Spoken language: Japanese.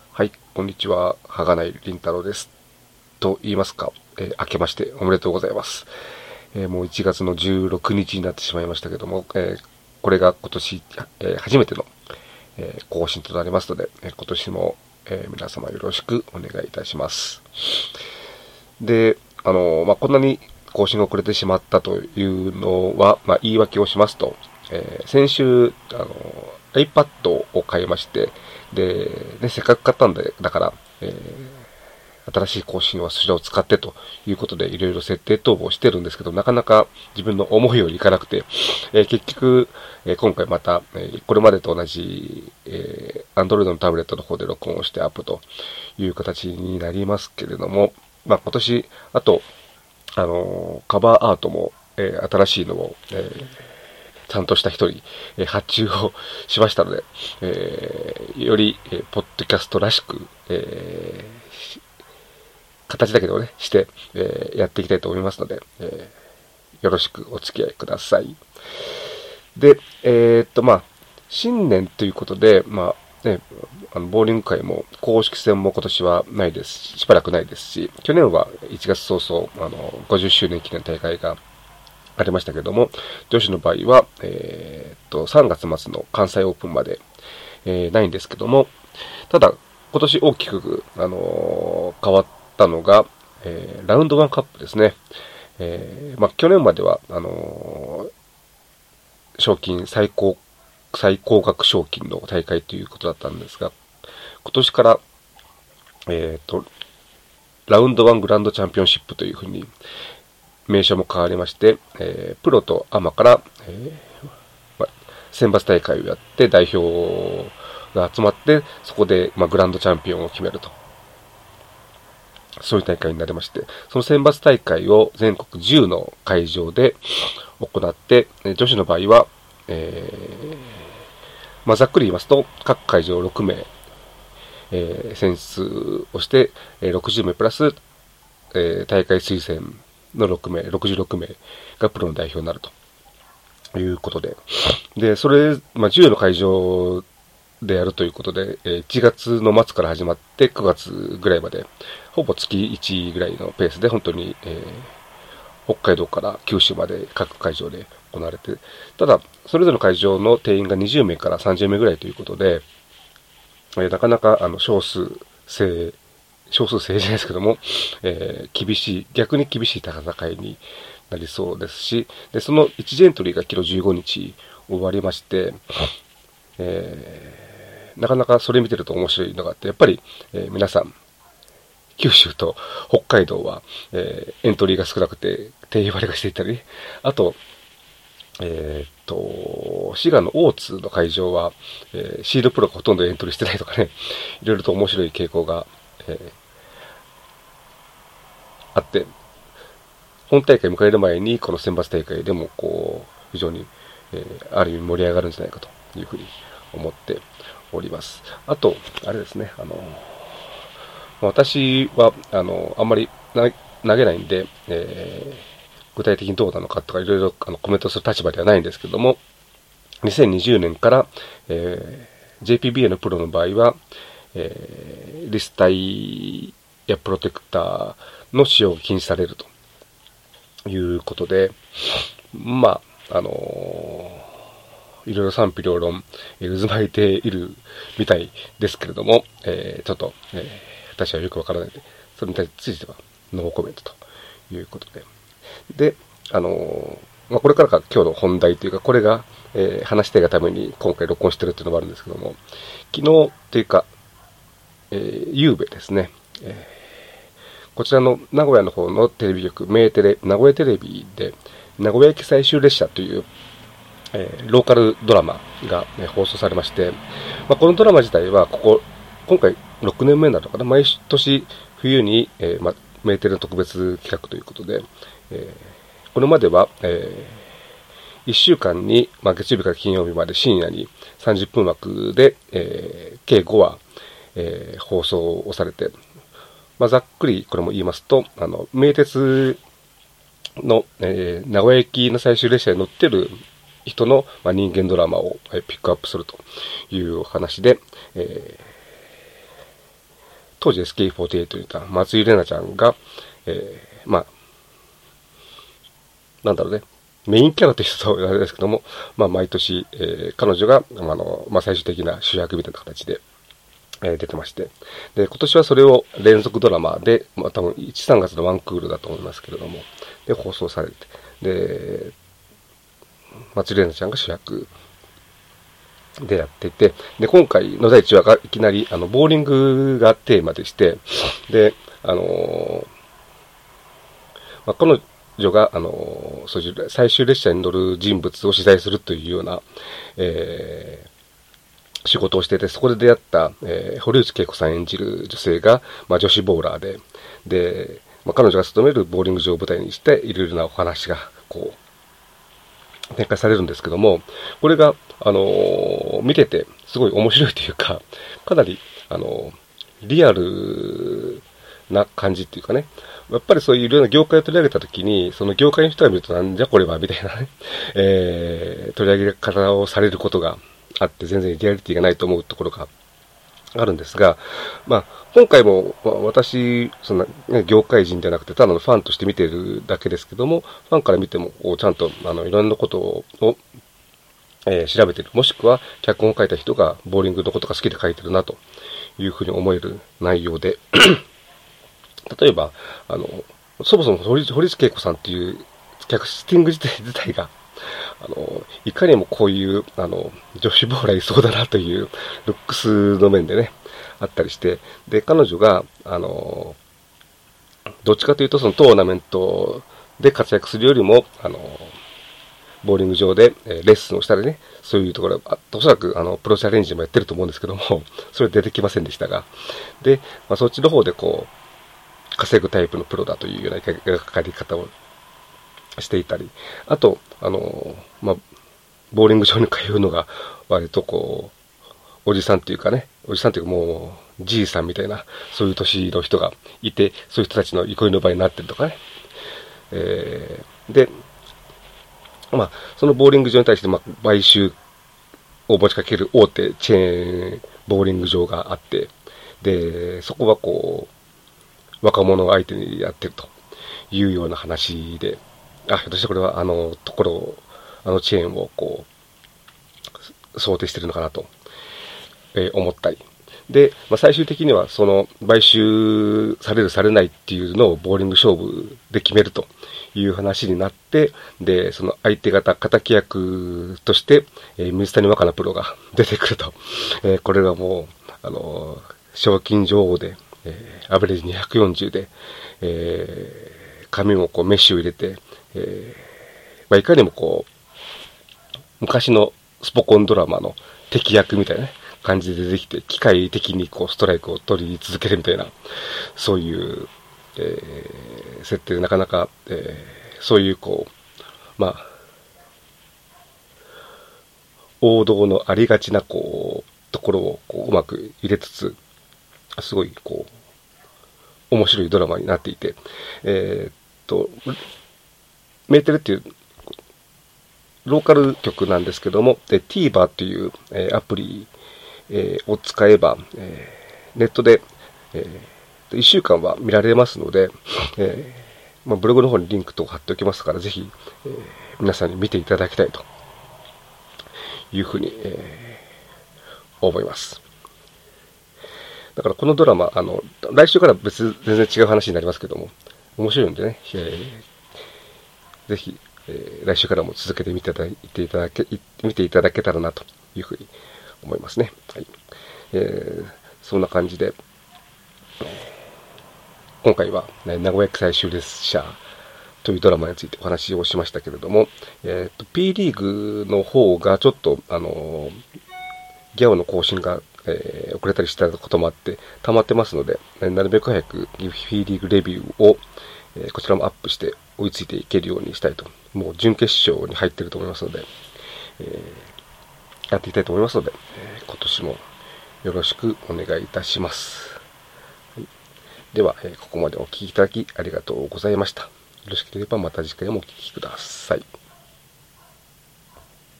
はい、こんにちは。はがないりんたろうです。と言いますか、明けましておめでとうございます。もう1月の16日になってしまいましたけども、これが今年、初めての、更新となりますので、今年も、皆様よろしくお願いいたします。で、こんなに更新が遅れてしまったというのは、言い訳をしますと、先週、iPad を買いまして、で、ね、せっかく買ったんで、だから、新しい更新はそちらを使ってということでいろいろ設定等をしてるんですけど、なかなか自分の思うようにいかなくて、結局、今回また、これまでと同じ、Android のタブレットの方で録音をしてアップという形になりますけれども、今年、あと、カバーアートも、新しいのを、ちゃんとした人に、発注をしましたので、より、ポッドキャストらしく、形だけでもね、して、やっていきたいと思いますので、よろしくお付き合いください。で、新年ということで、ボーリング界も公式戦も今年はないですし、しばらくないですし、去年は1月早々、50周年記念大会がありましたけども、女子の場合は、3月末の関西オープンまで、ないんですけども、ただ、今年大きく、変わったのが、ラウンドワンカップですね。去年までは、賞金最高額賞金の大会ということだったんですが、今年から、ラウンドワングランドチャンピオンシップというふうに、名称も変わりまして、プロとアマから、選抜大会をやって代表が集まって、そこで、グランドチャンピオンを決めると。そういう大会になりまして、その選抜大会を全国10の会場で行って、女子の場合は、ざっくり言いますと、各会場6名、選出をして、60名プラス、大会推薦の6名、66名がプロの代表になるということで、で、それ、10の会場でやるということで、1月の末から始まって9月ぐらいまで、ほぼ月1ぐらいのペースで本当に、北海道から九州まで各会場で行われて、ただ、それぞれの会場の定員が20名から30名ぐらいということで、なかなか少数制じゃないですけども、逆に厳しい戦いになりそうですし、で、その一次エントリーがキロ15日終わりまして、なかなかそれ見てると面白いのがあって、やっぱり、皆さん、九州と北海道は、エントリーが少なくて、定員割れがしていたり、あと、滋賀の大津の会場は、シードプロがほとんどエントリーしてないとかね、いろいろと面白い傾向が、あって、本大会迎える前に、この選抜大会でも、非常に、ある意味盛り上がるんじゃないかというふうに思っております。あと、あれですね、私は、あんまり投げないんで、具体的にどうなのかとかいろいろコメントする立場ではないんですけども、2020年から、JPBA のプロの場合は、リスタイやプロテクターの使用が禁止されるということで、いろいろ賛否両論、渦巻いているみたいですけれども、ちょっと、私はよくわからないので、それについてはノーコメントということで。で、これからが今日の本題というか、これが、話したいがために今回録音してるっていうのもあるんですけども、昨日というか、夕べですね、こちらの名古屋の方のテレビ局、名テレ、名古屋テレビで、名古屋駅最終列車という、ローカルドラマが、放送されまして、このドラマ自体は今回6年目になるのかな、毎年冬に、メーテルの特別企画ということで、これまでは、1週間に、月曜日から金曜日まで深夜に30分枠で、計5話、放送をされて、ざっくりこれも言いますと、名鉄の、名古屋駅の最終列車に乗ってる人の、人間ドラマを、ピックアップするという話で、 当時 SK48 にいた松井玲奈ちゃんが、なんだろうね、メインキャラというとあれですけども、毎年、彼女が、最終的な主役みたいな形で、出てまして。で、今年はそれを連続ドラマで、多分1、3月のワンクールだと思いますけれども、で、放送されて、で、松井玲奈ちゃんが主役でやっていて、で、今回の第1話がいきなり、ボーリングがテーマでして、で、彼女が、そういう最終列車に乗る人物を取材するというような、仕事をしていて、そこで出会った、堀内恵子さん演じる女性が、女子ボーラーで、彼女が勤めるボーリング場を舞台にして、いろいろなお話が、展開されるんですけども、これが、見てて、すごい面白いというか、かなり、リアルな感じっていうかね、やっぱりそういういろいろな業界を取り上げたときに、その業界の人が見るとなんじゃこれはみたいなね、取り上げ方をされることがあって、全然リアリティがないと思うところがあるんですが、今回も私、そんな、ね、業界人じゃなくて、ただのファンとして見ているだけですけども、ファンから見ても、ちゃんと、いろんなことを、調べている。もしくは、脚本を書いた人が、ボーリングのことが好きで書いてるな、というふうに思える内容で、例えば、そもそも堀内恵子さんっていう、キャスティング自体が、いかにもこういう、女子ボーラーいそうだなという、ルックスの面でね、あったりして、で、彼女が、どっちかというと、そのトーナメントで活躍するよりも、ボーリング場で、レッスンをしたりね、そういうところ、おそらく、プロチャレンジもやってると思うんですけども、それ出てきませんでしたが、で、そっちの方で稼ぐタイプのプロだというような描かれ方をしていたり、あと、ボーリング場に通うのが割とおじさんというかもう、じいさんみたいな、そういう年の人がいて、そういう人たちの憩いの場になってるとかね。で、そのボーリング場に対して、買収を持ちかける大手チェーンボーリング場があって、で、そこは若者を相手にやってるというような話で、ひょっとしてこれはチェーンを想定してるのかなと、思ったり。で、最終的にはその買収されるされないっていうのをボーリング勝負で決めるという話になって、で、その相手方、敵役として、水谷若菜プロが出てくると。これがもう、賞金女王で、アベレージ240で、髪もメッシュを入れて、いかにも昔のスポコンドラマの敵役みたいな、ね、感じで出てきて、機械的にストライクを取り続けるみたいな、そういう、設定でなかなか、そういう王道のありがちなところをうまく入れつつ、すごい面白いドラマになっていて、メーテルっていうローカル局なんですけども、TVer という、アプリ、を使えば、ネットで、1週間は見られますので、ブログの方にリンクと貼っておきますから、ぜひ、皆さんに見ていただきたいというふうに、思います。だからこのドラマ、来週から全然違う話になりますけども、面白いんでね、ぜひ、来週からも続けて見ていただけたらなというふうに思いますね。はい。そんな感じで、今回は、名古屋駅最終列車というドラマについてお話をしましたけれども、P リーグの方がちょっと、ギャオの更新が、遅れたりしたこともあって、溜まってますので、なるべく早く P リーグレビューを、こちらもアップして追いついていけるようにしたいと。もう準決勝に入っていると思いますので、やっていきたいと思いますので、今年もよろしくお願いいたします。はい、では、ここまでお聞きいただきありがとうございました。よろしければまた次回もお聞きください。